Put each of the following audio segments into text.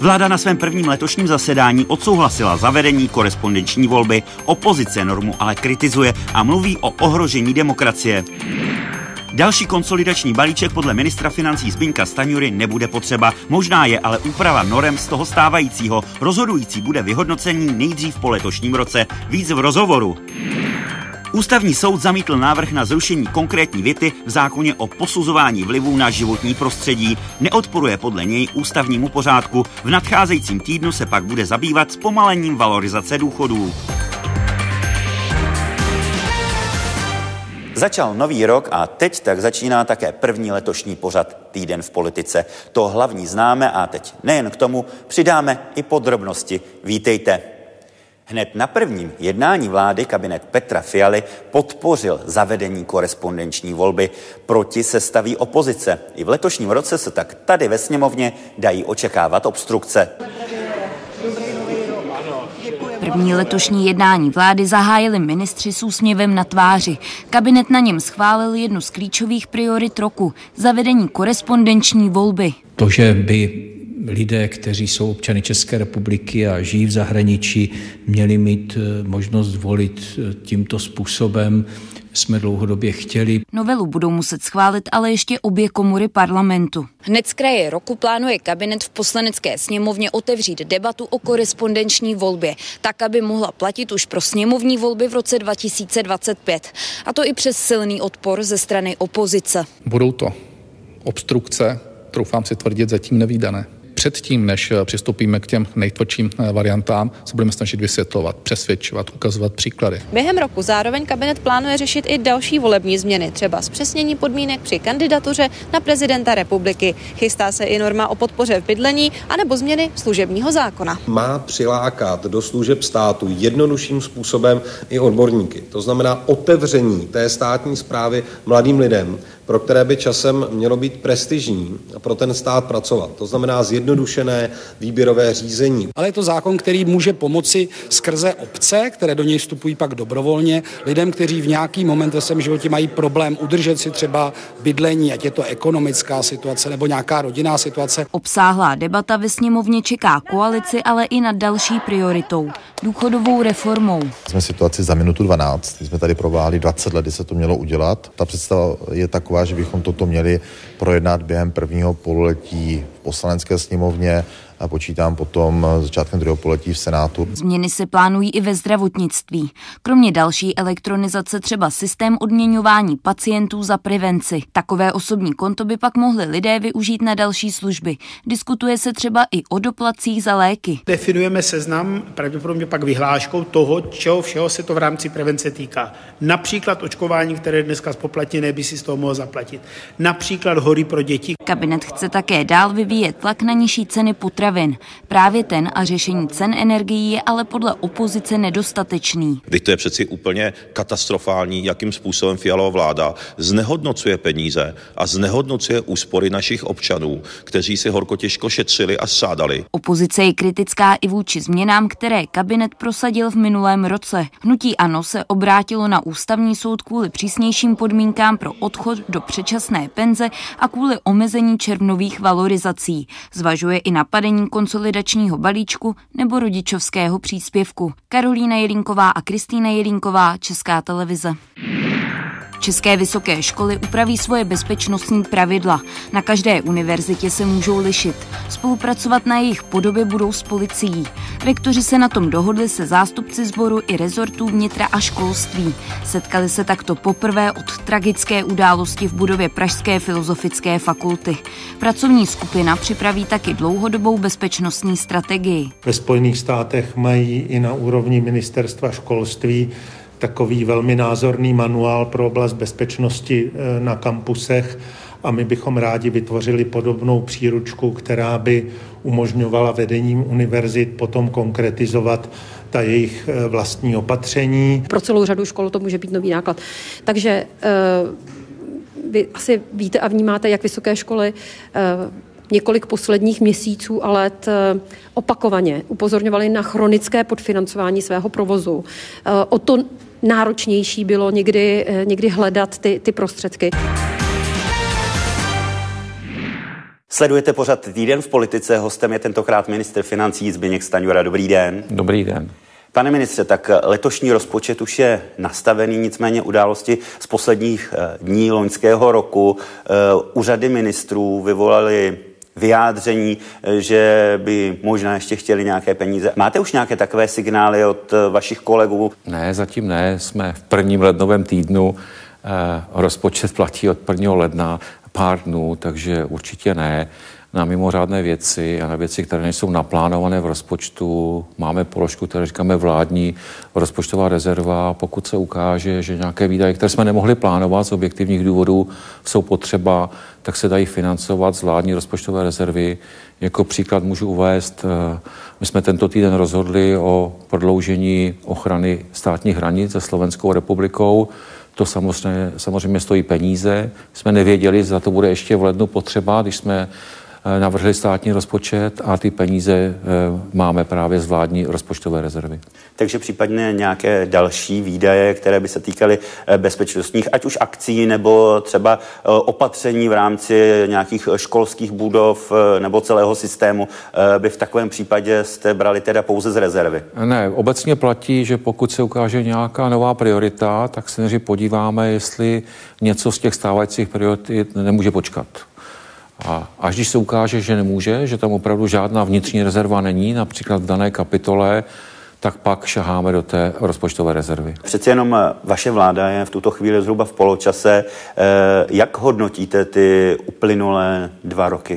Vláda na svém prvním letošním zasedání odsouhlasila zavedení korespondenční volby. Opozice normu ale kritizuje a mluví o ohrožení demokracie. Další konsolidační balíček podle ministra financí Zbyňka Stanjury nebude potřeba. Možná je ale úprava norem z toho stávajícího. Rozhodující bude vyhodnocení nejdřív po letošním roce. Víc v rozhovoru. Ústavní soud zamítl návrh na zrušení konkrétní věty v zákoně o posuzování vlivů na životní prostředí. Neodporuje podle něj ústavnímu pořádku. V nadcházejícím týdnu se pak bude zabývat zpomalením valorizace důchodů. Začal nový rok a teď tak začíná také první letošní pořad Týden v politice. To hlavní známe a teď nejen k tomu přidáme i podrobnosti. Vítejte. Hned na prvním jednání vlády kabinet Petra Fialy podpořil zavedení korespondenční volby. Proti se staví opozice. I v letošním roce se tak tady ve sněmovně dají očekávat obstrukce. První letošní jednání vlády zahájili ministři s úsměvem na tváři. Kabinet na něm schválil jednu z klíčových priorit roku – zavedení korespondenční volby. To, že by lidé, kteří jsou občany České republiky a žijí v zahraničí, měli mít možnost volit tímto způsobem, jsme dlouhodobě chtěli. Novelu budou muset schválit ale ještě obě komory parlamentu. Hned z kraje roku plánuje kabinet v Poslanecké sněmovně otevřít debatu o korespondenční volbě, tak, aby mohla platit už pro sněmovní volby v roce 2025. A to i přes silný odpor ze strany opozice. Budou to obstrukce, troufám si tvrdit, zatím nevídané. Předtím, než přistoupíme k těm nejtvrdším variantám, se budeme snažit vysvětlovat, přesvědčovat, ukazovat příklady. Během roku zároveň kabinet plánuje řešit i další volební změny, třeba zpřesnění podmínek při kandidatuře na prezidenta republiky. Chystá se i norma o podpoře v bydlení anebo změny služebního zákona. Má přilákat do služeb státu jednodušším způsobem i odborníky. To znamená otevření té státní správy mladým lidem, pro které by časem mělo být prestižní a pro ten stát pracovat. To znamená zjednodušené výběrové řízení. Ale je to zákon, který může pomoci skrze obce, které do něj vstupují pak dobrovolně, lidem, kteří v nějaký moment ve svém životě mají problém udržet si třeba bydlení, ať je to ekonomická situace nebo nějaká rodinná situace. Obsáhlá debata ve sněmovně čeká koalici, ale i nad další prioritou – důchodovou reformou. Jsme v situaci za minutu 12, jsme tady prováhli 20 let, kdy se to mělo udělat. Ta představa je taková, že bychom toto měli projednat během prvního pololetí v Poslanecké sněmovně a počítám potom začátkem druhého pololetí v Senátu. Změny se plánují i ve zdravotnictví. Kromě další elektronizace třeba systém odměňování pacientů za prevenci. Takové osobní konto by pak mohli lidé využít na další služby. Diskutuje se třeba i o doplatcích za léky. Definujeme seznam pravděpodobně pak vyhláškou toho, čeho všeho se to v rámci prevence týká. Například očkování, které je dneska zpoplatněné, by si z toho mohl zaplatit. Například hory pro děti. Kabinet chce také dál vyvíjet tlak na nižší ceny potravin. Právě ten a řešení cen energií je ale podle opozice nedostatečný. To je přeci úplně katastrofální, jakým způsobem Fialova vláda znehodnocuje peníze a znehodnocuje úspory našich občanů, kteří si horko těžko šetřili a střádali. Opozice je kritická i vůči změnám, které kabinet prosadil v minulém roce. Hnutí ANO se obrátilo na ústavní soud kvůli přísnějším podmínkám pro odchod do předčasné penze a kvůli omezení červnových valorizací. Zvažuje i napadení konsolidačního balíčku nebo rodičovského příspěvku. Karolína Jelínková a Kristýna Jelínková, Česká televize. České vysoké školy upraví svoje bezpečnostní pravidla. Na každé univerzitě se můžou lišit. Spolupracovat na jejich podobě budou s policií. Rektoři se na tom dohodli se zástupci sboru i rezortů vnitra a školství. Setkali se takto poprvé od tragické události v budově Pražské filozofické fakulty. Pracovní skupina připraví taky dlouhodobou bezpečnostní strategii. Ve Spojených státech mají i na úrovni ministerstva školství takový velmi názorný manuál pro oblast bezpečnosti na kampusech a my bychom rádi vytvořili podobnou příručku, která by umožňovala vedením univerzit potom konkretizovat ta jejich vlastní opatření. Pro celou řadu škol to může být nový náklad. Takže vy asi víte a vnímáte, jak vysoké školy několik posledních měsíců a let opakovaně upozorňovali na chronické podfinancování svého provozu. O to náročnější bylo někdy hledat ty prostředky. Sledujete pořad Týden v politice, hostem je tentokrát ministr financí Zbyněk Stanjura. Dobrý den. Dobrý den. Pane ministře, tak letošní rozpočet už je nastavený, nicméně události z posledních dní loňského roku u řady ministrů vyvolaly vyjádření, že by možná ještě chtěli nějaké peníze. Máte už nějaké takové signály od vašich kolegů? Ne, zatím ne. Jsme v prvním lednovém týdnu. Rozpočet platí od 1. ledna pár dnů, takže určitě ne. Na mimořádné věci a na věci, které nejsou naplánované v rozpočtu, máme položku, které říkáme vládní rozpočtová rezerva. Pokud se ukáže, že nějaké výdaje, které jsme nemohli plánovat z objektivních důvodů, jsou potřeba, tak se dají financovat z vládní rozpočtové rezervy. Jako příklad můžu uvést, my jsme tento týden rozhodli o prodloužení ochrany státních hranic se Slovenskou republikou. To samozřejmě stojí peníze. Jsme nevěděli, zda to bude ještě v lednu potřeba, když jsme navrhli státní rozpočet a ty peníze máme právě z vládní rozpočtové rezervy. Takže případně nějaké další výdaje, které by se týkaly bezpečnostních, ať už akcí nebo třeba opatření v rámci nějakých školských budov nebo celého systému, by v takovém případě jste brali teda pouze z rezervy? Ne, obecně platí, že pokud se ukáže nějaká nová priorita, tak se než podíváme, jestli něco z těch stávajících priorit nemůže počkat. A až když se ukáže, že nemůže, že tam opravdu žádná vnitřní rezerva není, například v dané kapitole, tak pak šaháme do té rozpočtové rezervy. Přeci jenom vaše vláda je v tuto chvíli zhruba v poločase. Jak hodnotíte ty uplynulé 2 roky?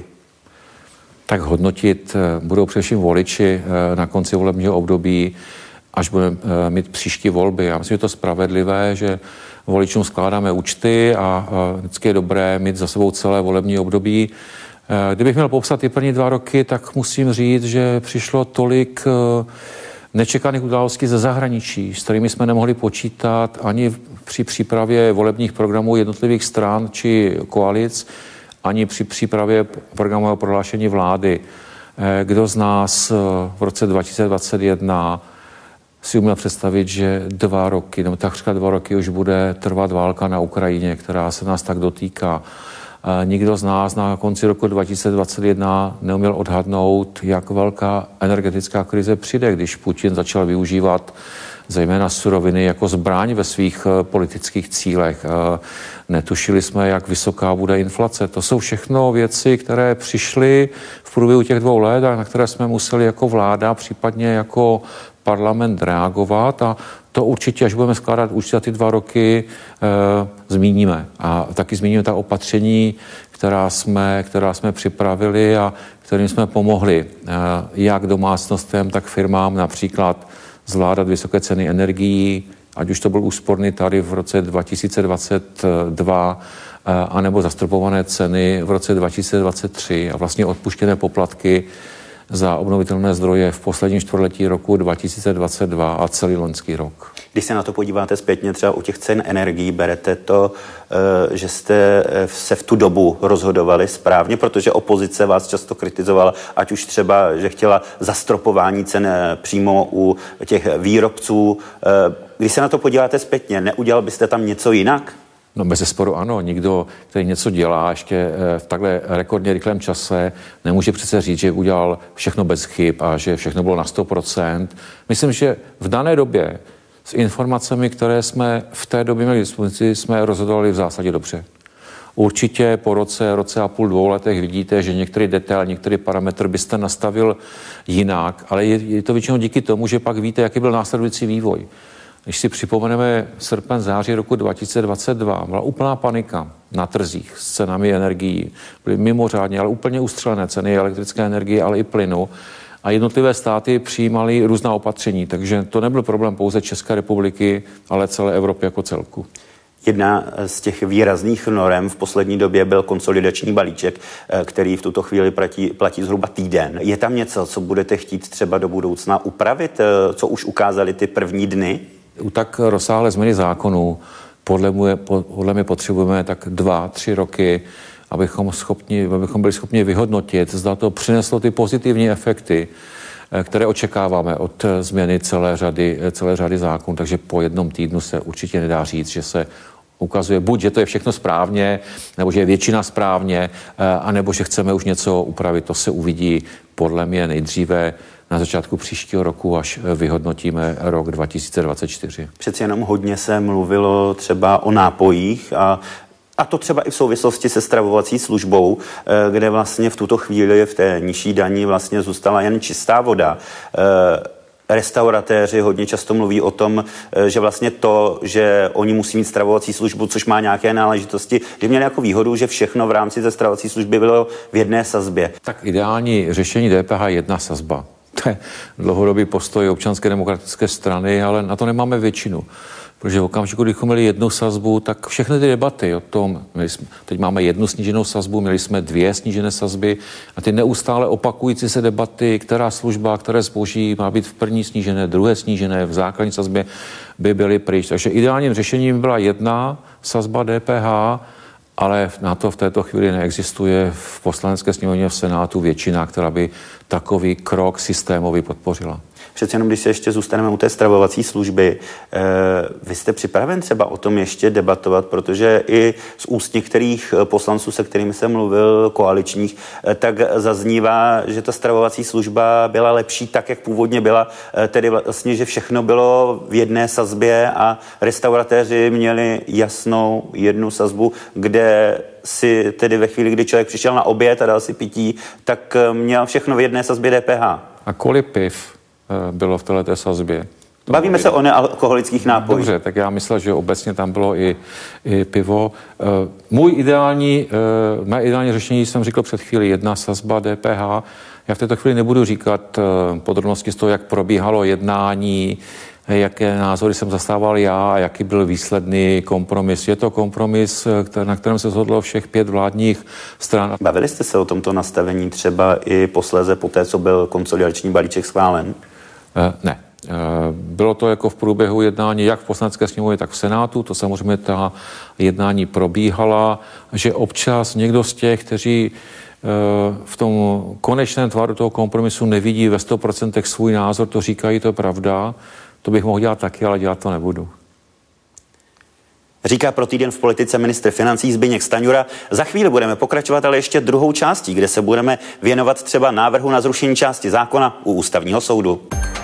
Tak hodnotit budou především voliči na konci volebního období, až budeme mít příští volby. Já myslím, že je to spravedlivé, že voličům skládáme účty a vždycky je dobré mít za sebou celé volební období. Kdybych měl popsat ty první 2 roky, tak musím říct, že přišlo tolik nečekaných událostí ze zahraničí, s kterými jsme nemohli počítat ani při přípravě volebních programů jednotlivých stran či koalic, ani při přípravě programového prohlášení vlády. Kdo z nás v roce 2021 si uměl představit, že 2 roky, nebo takřka 2 roky už bude trvat válka na Ukrajině, která se nás tak dotýká. Nikdo z nás na konci roku 2021 neuměl odhadnout, jak velká energetická krize přijde, když Putin začal využívat zejména suroviny jako zbraň ve svých politických cílech. Netušili jsme, jak vysoká bude inflace. To jsou všechno věci, které přišly v průběhu těch 2 let a na které jsme museli jako vláda, případně jako parlament reagovat a to určitě, až budeme skládat účty za ty 2 roky, zmíníme. A taky zmíníme ta opatření, která jsme připravili a kterým jsme pomohli jak domácnostem, tak firmám například zvládat vysoké ceny energií, ať už to byl úsporný tarif v roce 2022, anebo zastropované ceny v roce 2023 a vlastně odpuštěné poplatky za obnovitelné zdroje v posledním čtvrtletí roku 2022 a celý loňský rok. Když se na to podíváte zpětně třeba u těch cen energií, berete to, že jste se v tu dobu rozhodovali správně, protože opozice vás často kritizovala, ať už třeba, že chtěla zastropování cen přímo u těch výrobců. Když se na to podíváte zpětně, neudělal byste tam něco jinak? No bezesporu ano, nikdo, který něco dělá ještě v takhle rekordně rychlém čase, nemůže přece říct, že udělal všechno bez chyb a že všechno bylo na 100%. Myslím, že v dané době s informacemi, které jsme v té době měli k dispozici, jsme rozhodovali v zásadě dobře. Určitě po roce a půl, 2 letech vidíte, že některý detail, některý parametr byste nastavil jinak, ale je to většinou díky tomu, že pak víte, jaký byl následující vývoj. Když si připomeneme srpen, září roku 2022, byla úplná panika na trzích s cenami energií. Byly mimořádně, ale úplně ustřelené ceny elektrické energie, ale i plynu. A jednotlivé státy přijímaly různá opatření, takže to nebyl problém pouze České republiky, ale celé Evropy jako celku. Jedna z těch výrazných norem v poslední době byl konsolidační balíček, který v tuto chvíli platí zhruba týden. Je tam něco, co budete chtít třeba do budoucna upravit, co už ukázali ty první dny? U tak rozsáhlé změny zákonů podle mě potřebujeme tak 2-3 roky, abychom byli schopni vyhodnotit, zda to přineslo ty pozitivní efekty, které očekáváme od změny celé řady zákonů. Takže po 1 týdnu se určitě nedá říct, že se ukazuje buď, že to je všechno správně, nebo že je většina správně, anebo že chceme už něco upravit. To se uvidí podle mě nejdříve na začátku příštího roku, až vyhodnotíme rok 2024. Přeci jenom hodně se mluvilo třeba o nápojích a to třeba i v souvislosti se stravovací službou, kde vlastně v tuto chvíli v té nižší dani vlastně zůstala jen čistá voda. Restauratéři hodně často mluví o tom, že vlastně to, že oni musí mít stravovací službu, což má nějaké náležitosti, že měli jako výhodu, že všechno v rámci té stravovací služby bylo v jedné sazbě. Tak ideální řešení DPH je jedna sazba. To je dlouhodobý postoj Občanské demokratické strany, ale na to nemáme většinu. Protože v okamžiku, kdybychom měli jednu sazbu, tak všechny ty debaty o tom, teď máme jednu sníženou sazbu, měli jsme 2 snížené sazby a ty neustále opakující se debaty, která služba, které zboží má být v první snížené, druhé snížené, v základní sazbě by byly pryč. Takže ideálním řešením byla jedna sazba DPH, ale na to v této chvíli neexistuje v Poslanecké sněmovně v Senátu většina, která by takový krok systémový podpořila. Přece jenom, když se ještě zůstaneme u té stravovací služby, vy jste připraven třeba o tom ještě debatovat, protože i z úst některých poslanců, se kterými jsem mluvil, koaličních, tak zaznívá, že ta stravovací služba byla lepší tak, jak původně byla, tedy vlastně, že všechno bylo v jedné sazbě a restauratéři měli jasnou jednu sazbu, kde si tedy ve chvíli, kdy člověk přišel na oběd a dal si pití, tak měl všechno v jedné sazbě DPH. A kolik piv bylo v této sazbě? Bavíme se o nealkoholických nápojích. Dobře, tak já myslel, že obecně tam bylo i pivo. Mé ideální řešení jsem říkal před chvíli, jedna sazba DPH. Já v této chvíli nebudu říkat podrobnosti z toho, jak probíhalo jednání, jaké názory jsem zastával já a jaký byl výsledný kompromis. Je to kompromis, na kterém se shodlo všech 5 vládních stran. Bavili jste se o tomto nastavení třeba i posléze po té, co byl konsolidační balíček schválen? Ne. Bylo to jako v průběhu jednání jak v Poslanecké sněmovně, tak v Senátu. To samozřejmě ta jednání probíhala, že občas někdo z těch, kteří v tom konečném tvaru toho kompromisu nevidí ve 100% svůj názor, to říkají, to je pravda. To bych mohl dělat taky, ale dělat to nebudu. Říká pro Týden v politice ministr financí Zbyněk Stanjura. Za chvíli budeme pokračovat, ale ještě druhou částí, kde se budeme věnovat třeba návrhu na zrušení části zákona u Ústavního soudu.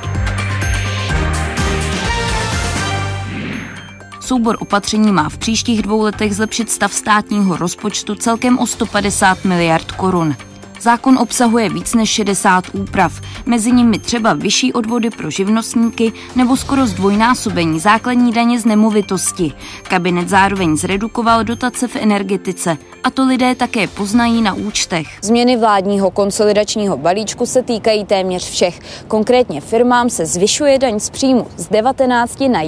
Soubor opatření má v příštích 2 letech zlepšit stav státního rozpočtu celkem o 150 miliard korun. Zákon obsahuje víc než 60 úprav, mezi nimi třeba vyšší odvody pro živnostníky nebo skoro zdvojnásobení základní daně z nemovitosti. Kabinet zároveň zredukoval dotace v energetice, a to lidé také poznají na účtech. Změny vládního konsolidačního balíčku se týkají téměř všech. Konkrétně firmám se zvyšuje daň z příjmu z 19 na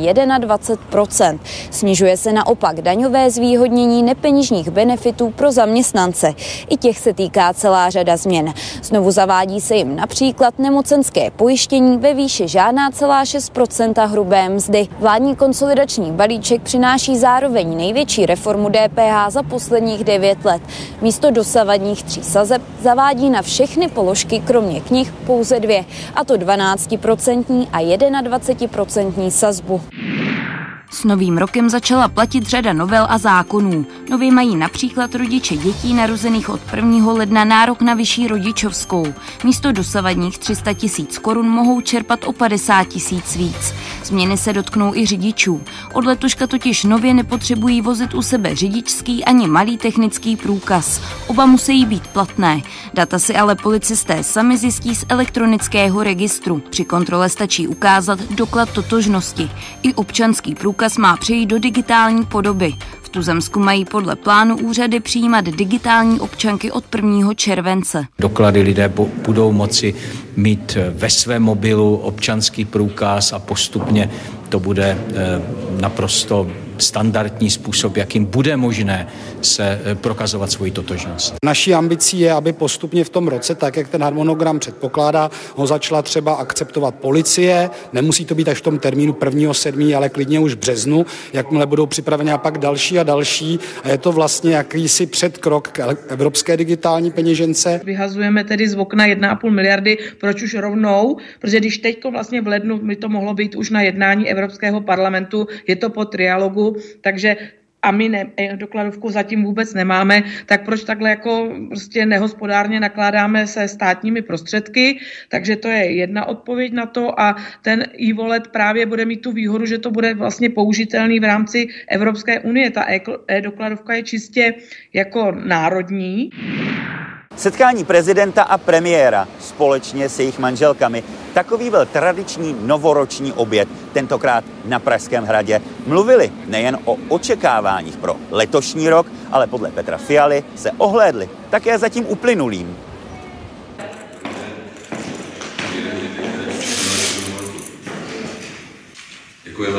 21%. Snižuje se naopak daňové zvýhodnění nepeněžních benefitů pro zaměstnance. I těch se týká celá řada změn. Znovu zavádí se jim například nemocenské pojištění ve výši žádná celá 6% hrubé mzdy. Vládní konsolidační balíček přináší zároveň největší reformu DPH za posledních 9 let. Místo dosavadních 3 sazeb zavádí na všechny položky kromě knih pouze 2, a to 12% a 21% sazbu. S novým rokem začala platit řada novel a zákonů. Nově mají například rodiče dětí narozených od 1. ledna nárok na vyšší rodičovskou. Místo dosavadních 300 000 korun mohou čerpat o 50 000 víc. Změny se dotknou i řidičů. Od letoška totiž nově nepotřebují vozit u sebe řidičský ani malý technický průkaz. Oba musí být platné. Data si ale policisté sami zjistí z elektronického registru. Při kontrole stačí ukázat doklad totožnosti. I občanský průkaz má přejít do digitální podoby. V tuzemsku mají podle plánu úřady přijímat digitální občanky od 1. července. Doklady lidé budou moci mít ve svém mobilu občanský průkaz a postupně to bude naprosto standardní způsob, jakým bude možné se prokazovat svoji totožnost. Naší ambicí je, aby postupně v tom roce, tak jak ten harmonogram předpokládá, ho začala třeba akceptovat policie. Nemusí to být až v tom termínu 1.7., ale klidně už v březnu, jakmile budou připraveni a pak další a další. A je to vlastně jakýsi předkrok k evropské digitální peněžence. Vyhazujeme tedy z okna 1,5 miliardy, proč už rovnou? Protože když teďko vlastně v lednu by to mohlo být už na jednání Evropského parlamentu, je to po trialogu, takže a my dokladovku zatím vůbec nemáme, tak proč takhle jako prostě nehospodárně nakládáme se státními prostředky, takže to je jedna odpověď na to a ten e-wallet právě bude mít tu výhodu, že to bude vlastně použitelný v rámci Evropské unie. Ta e-dokladovka je čistě jako národní. Setkání prezidenta a premiéra společně s jejich manželkami. Takový byl tradiční novoroční oběd, tentokrát na Pražském hradě. Mluvili nejen o očekáváních pro letošní rok, ale podle Petra Fialy se ohlédli také za tím uplynulým. Děkujeme.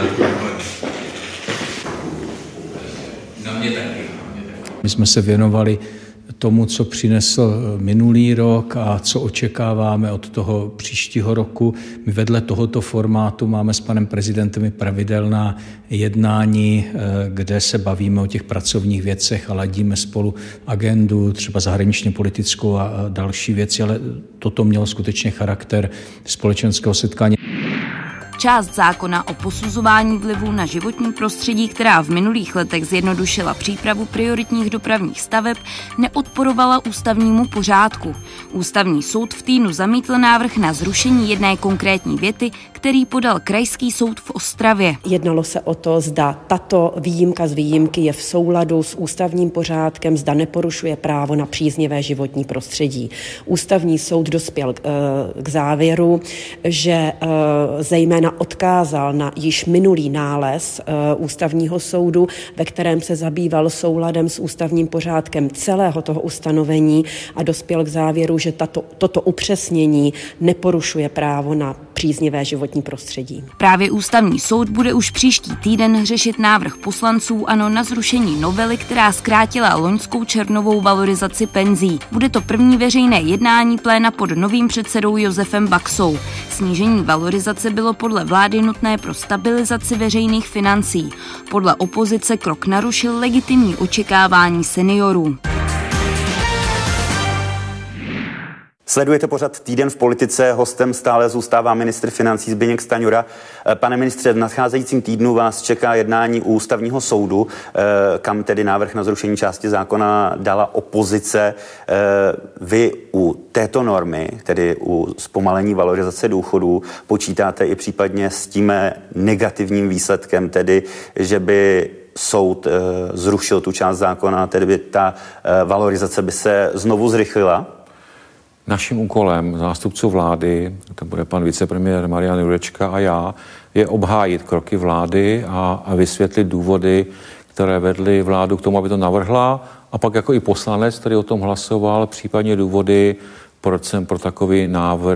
Na mě taky. My jsme se věnovali tomu, co přinesl minulý rok a co očekáváme od toho příštího roku. My vedle tohoto formátu máme s panem prezidentem pravidelná jednání, kde se bavíme o těch pracovních věcech a ladíme spolu agendu, třeba zahraničně politickou a další věci, ale toto mělo skutečně charakter společenského setkání. Část zákona o posuzování vlivu na životní prostředí, která v minulých letech zjednodušila přípravu prioritních dopravních staveb, neodporovala ústavnímu pořádku. Ústavní soud v týdnu zamítl návrh na zrušení jedné konkrétní věty, který podal Krajský soud v Ostravě. Jednalo se o to, zda tato výjimka z výjimky je v souladu s ústavním pořádkem, zda neporušuje právo na příznivé životní prostředí. Ústavní soud dospěl k závěru, že zejména odkázal na již minulý nález ústavního soudu, ve kterém se zabýval souladem s ústavním pořádkem celého toho ustanovení a dospěl k závěru, že toto upřesnění neporušuje právo na příznivé životní prostředí. Právě ústavní soud bude už příští týden řešit návrh poslanců ANO na zrušení novely, která zkrátila loňskou červnovou valorizaci penzí. Bude to první veřejné jednání pléna pod novým předsedou Josefem Baxou. Snížení valorizace bylo podle vlády nutné pro stabilizaci veřejných financí. Podle opozice krok narušil legitimní očekávání seniorů. Sledujete pořad Týden v politice, hostem stále zůstává ministr financí Zbyněk Stanjura. Pane ministře, v nadcházejícím týdnu vás čeká jednání u ústavního soudu, kam tedy návrh na zrušení části zákona dala opozice. Vy u této normy, tedy u zpomalení valorizace důchodů, počítáte i případně s tím negativním výsledkem, tedy že by soud zrušil tu část zákona, tedy by ta valorizace by se znovu zrychlila? Naším úkolem zástupců vlády, to bude pan vicepremiér Marian Jurečka a já, je obhájit kroky vlády a vysvětlit důvody, které vedly vládu k tomu, aby to navrhla, a pak jako i poslanec, který o tom hlasoval, případně důvody, proč jsem pro takový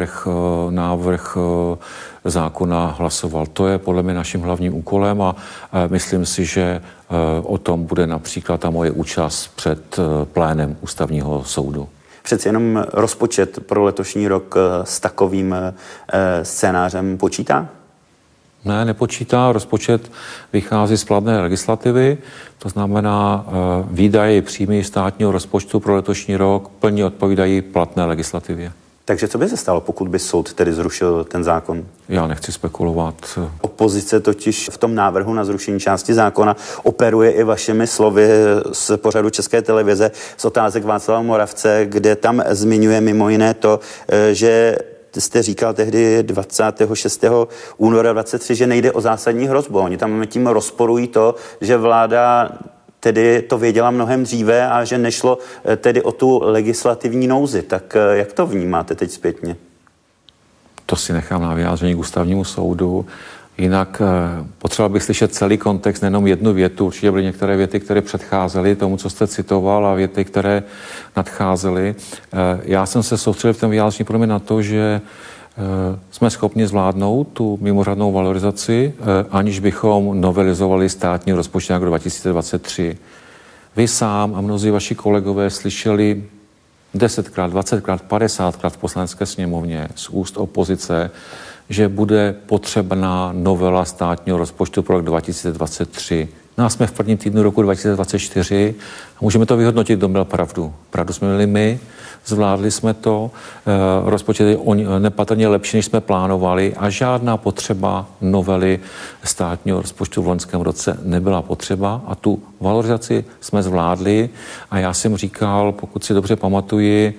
návrh zákona hlasoval. To je podle mě naším hlavním úkolem a myslím si, že o tom bude například ta moje účast před plénem ústavního soudu. Přeci jenom rozpočet pro letošní rok s takovým scénářem počítá? Ne, nepočítá. Rozpočet vychází z platné legislativy, to znamená výdaje i příjmy státního rozpočtu pro letošní rok plně odpovídají platné legislativě. Takže co by se stalo, pokud by soud tedy zrušil ten zákon? Já nechci spekulovat. Opozice totiž v tom návrhu na zrušení části zákona operuje i vašimi slovy z pořadu České televize z Otázek Václava Moravce, kde tam zmiňuje mimo jiné to, že jste říkal tehdy 26. února 2023, že nejde o zásadní hrozbu. Oni tam tím rozporují to, že vláda tedy to věděla mnohem dříve a že nešlo tedy o tu legislativní nouzi. Tak jak to vnímáte teď zpětně? To si nechám na vyjádření k ústavnímu soudu. Jinak potřeboval bych slyšet celý kontext, nejenom jednu větu. Určitě byly některé věty, které předcházely tomu, co jste citoval, a věty, které nadcházely. Já jsem se soustředil v tom vyjádření pro mě na to, že jsme schopni zvládnout tu mimořádnou valorizaci, aniž bychom novelizovali státní rozpočet jako 2023. Vy sám a mnozí vaši kolegové slyšeli 10krát, 20krát, 50krát v poslanecké sněmovně z úst opozice, že bude potřebná novela státního rozpočtu pro rok 2023. No a jsme v prvním týdnu roku 2024 a můžeme to vyhodnotit, kdo měl pravdu. Pravdu jsme měli my, zvládli jsme to, rozpočet je nepatrně lepší, než jsme plánovali a žádná potřeba novely státního rozpočtu v loňském roce nebyla potřeba a tu valorizaci jsme zvládli a já jsem říkal, pokud si dobře pamatuji,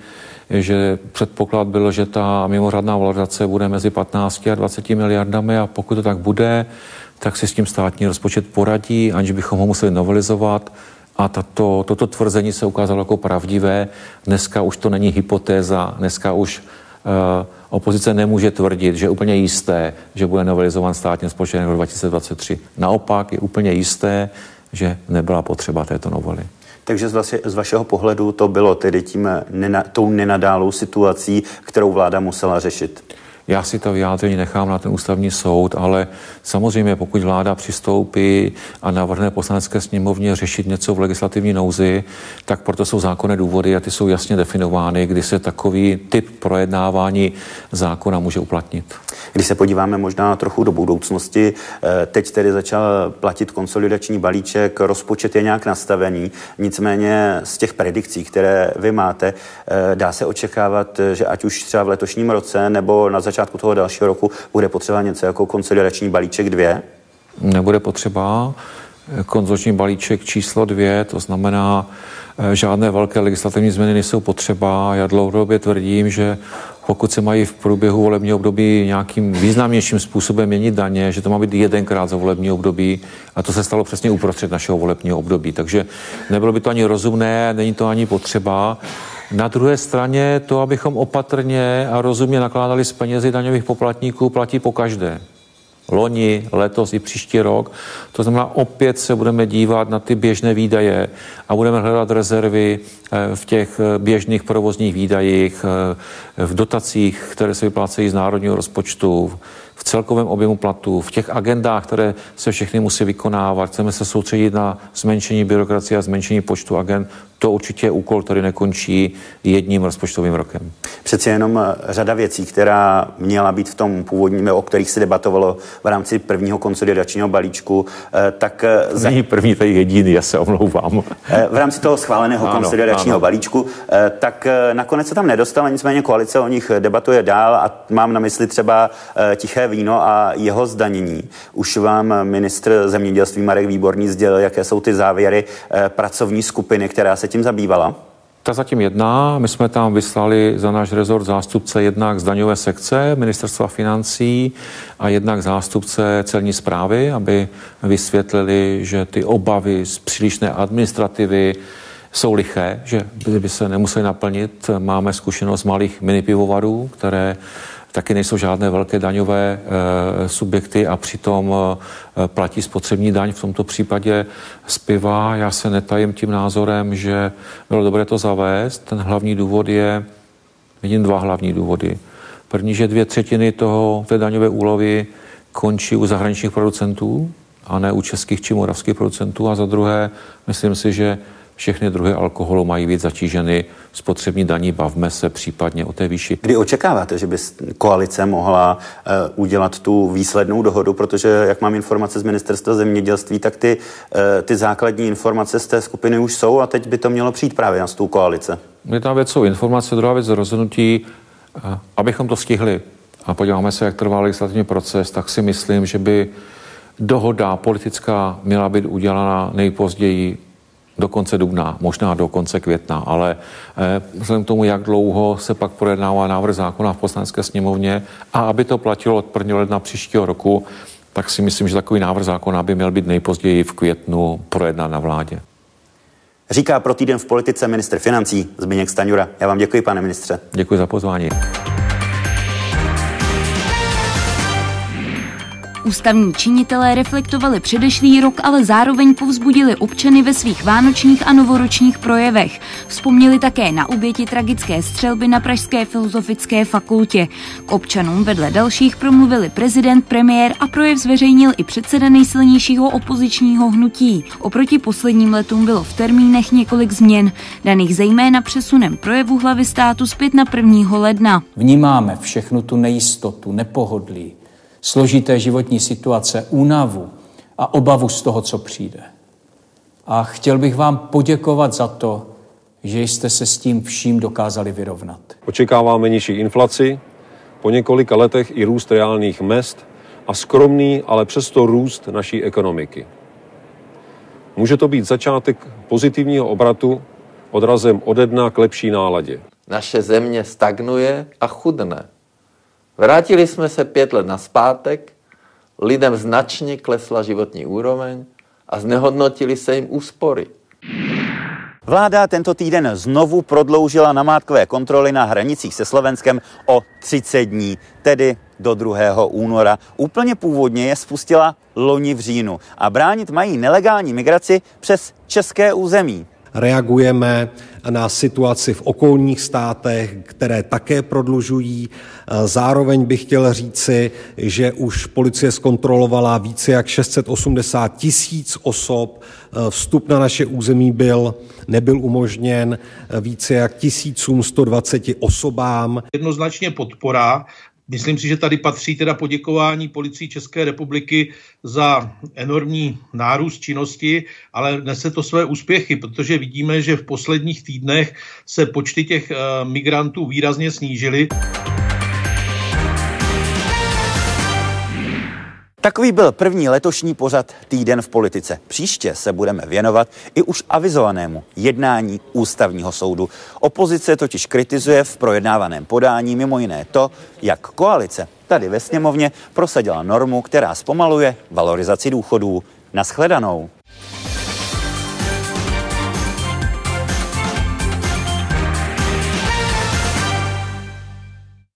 že předpoklad byl, že ta mimořádná valorizace bude mezi 15 a 20 miliardami a pokud to tak bude, tak si s tím státní rozpočet poradí, aniž bychom ho museli novelizovat. A toto tvrzení se ukázalo jako pravdivé. Dneska už to není hypotéza, dneska už opozice nemůže tvrdit, že je úplně jisté, že bude novelizován státní rozpočet roku 2023. Naopak je úplně jisté, že nebyla potřeba této novely. Takže z vašeho pohledu to bylo tedy tou nenadálou situací, kterou vláda musela řešit? Já si to vyjádření nechám na ten ústavní soud, ale samozřejmě pokud vláda přistoupí a navrhne Poslanecké sněmovně řešit něco v legislativní nouzi, tak proto jsou zákonné důvody a ty jsou jasně definovány, kdy se takový typ projednávání zákona může uplatnit. Když se podíváme možná trochu do budoucnosti, teď tedy začal platit konsolidační balíček, rozpočet je nějak nastavený, nicméně z těch predikcí, které vy máte, dá se očekávat, že ať už třeba v letošním roce nebo na začátku toho dalšího roku bude potřeba něco jako konsolidační balíček 2? Nebude potřeba. Konsolidační balíček číslo 2, to znamená, žádné velké legislativní změny nejsou potřeba. Já dlouhodobě tvrdím, že pokud se mají v průběhu volebního období nějakým významnějším způsobem měnit daně, že to má být jedenkrát za volební období a to se stalo přesně uprostřed našeho volebního období. Takže nebylo by to ani rozumné, není to ani potřeba. Na druhé straně to, abychom opatrně a rozumně nakládali s penězi daňových poplatníků, platí po každé. Loni, letos i příští rok. To znamená, opět se budeme dívat na ty běžné výdaje a budeme hledat rezervy v těch běžných provozních výdajích, v dotacích, které se vyplácejí z národního rozpočtu, v celkovém objemu platů, v těch agendách, které se všechny musí vykonávat. Chceme se soustředit na zmenšení byrokracie a zmenšení počtu agend. To určitě je úkol, který nekončí jedním rozpočtovým rokem. Přeci jenom řada věcí, která měla být v tom původním, o kterých se debatovalo v rámci prvního konsolidačního balíčku, tak... Není první, to je jediný, já se omlouvám. V rámci toho schváleného konsolidačního balíčku, tak nakonec se tam nedostala, nicméně koalice o nich debatuje dál a mám na mysli třeba tiché víno a jeho zdanění. Už vám ministr zemědělství Marek Výborný sdělil, jaké jsou ty závěry pracovní skupiny, která se tím zabývala? Ta zatím jedná. My jsme tam vyslali za náš rezort zástupce jednak z daňové sekce Ministerstva financí a jednak zástupce celní správy, aby vysvětlili, že ty obavy z přílišné administrativy jsou liché, že by se nemuseli naplnit. Máme zkušenost malých minipivovarů, které taky nejsou žádné velké daňové subjekty a přitom platí spotřební daň, v tomto případě z piva. Já se netajím tím názorem, že bylo dobré to zavést. Ten hlavní důvod je, vidím dva hlavní důvody. První, že 2/3 té daňové úlevy končí u zahraničních producentů a ne u českých či moravských producentů. A za druhé, myslím si, že všechny druhy alkoholu mají být zatíženy spotřební daní, bavme se případně o té výši. Kdy očekáváte, že by koalice mohla udělat tu výslednou dohodu, protože jak mám informace z Ministerstva zemědělství, tak ty základní informace z té skupiny už jsou a teď by to mělo přijít právě na stůl koalice. Jedna věc jsou informace, druhá věc rozhodnutí, abychom to stihli a podíváme se, jak trvá legislativní proces, tak si myslím, že by dohoda politická měla být udělána nejpozději do konce dubna, možná do konce května, ale vzhledem k tomu, jak dlouho se pak projednává návrh zákona v Poslanecké sněmovně a aby to platilo od 1. ledna příštího roku, tak si myslím, že takový návrh zákona by měl být nejpozději v květnu projednán na vládě. Říká pro Týden v politice ministr financí Zbyněk Stanjura. Já vám děkuji, pane ministře. Děkuji za pozvání. Ústavní činitelé reflektovali předešlý rok, ale zároveň povzbudili občany ve svých vánočních a novoročních projevech. Vzpomněli také na oběti tragické střelby na Pražské filozofické fakultě. K občanům vedle dalších promluvili prezident, premiér a projev zveřejnil i předseda nejsilnějšího opozičního hnutí. Oproti posledním letům bylo v termínech několik změn, daných zejména přesunem projevu hlavy státu zpět na 1. ledna. Vnímáme všechnu tu nejistotu, nepohodlí, složité životní situace, únavu a obavu z toho, co přijde. A chtěl bych vám poděkovat za to, že jste se s tím vším dokázali vyrovnat. Očekáváme nižší inflaci, po několika letech i růst reálných mezd a skromný, ale přesto růst naší ekonomiky. Může to být začátek pozitivního obratu odrazem ode dna k lepší náladě. Naše země stagnuje a chudne. Vrátili jsme se 5 let nazpátek, lidem značně klesla životní úroveň a znehodnotili se jim úspory. Vláda tento týden znovu prodloužila namátkové kontroly na hranicích se Slovenskem o 30 dní, tedy do 2. února. Úplně původně je spustila loni v říjnu a bránit mají nelegální migraci přes české území. Reagujeme na situaci v okolních státech, které také prodlužují. Zároveň bych chtěl říci, že už policie zkontrolovala více jak 680 000 osob. Vstup na naše území nebyl umožněn více jak 1120 osobám. Jednoznačně podpora. Myslím si, že tady patří teda poděkování Policii České republiky za enormní nárůst činnosti, ale nese to své úspěchy, protože vidíme, že v posledních týdnech se počty těch migrantů výrazně snížily. Takový byl první letošní pořad Týden v politice. Příště se budeme věnovat i už avizovanému jednání Ústavního soudu. Opozice totiž kritizuje v projednávaném podání mimo jiné to, jak koalice tady ve sněmovně prosadila normu, která zpomaluje valorizaci důchodů. Naschledanou.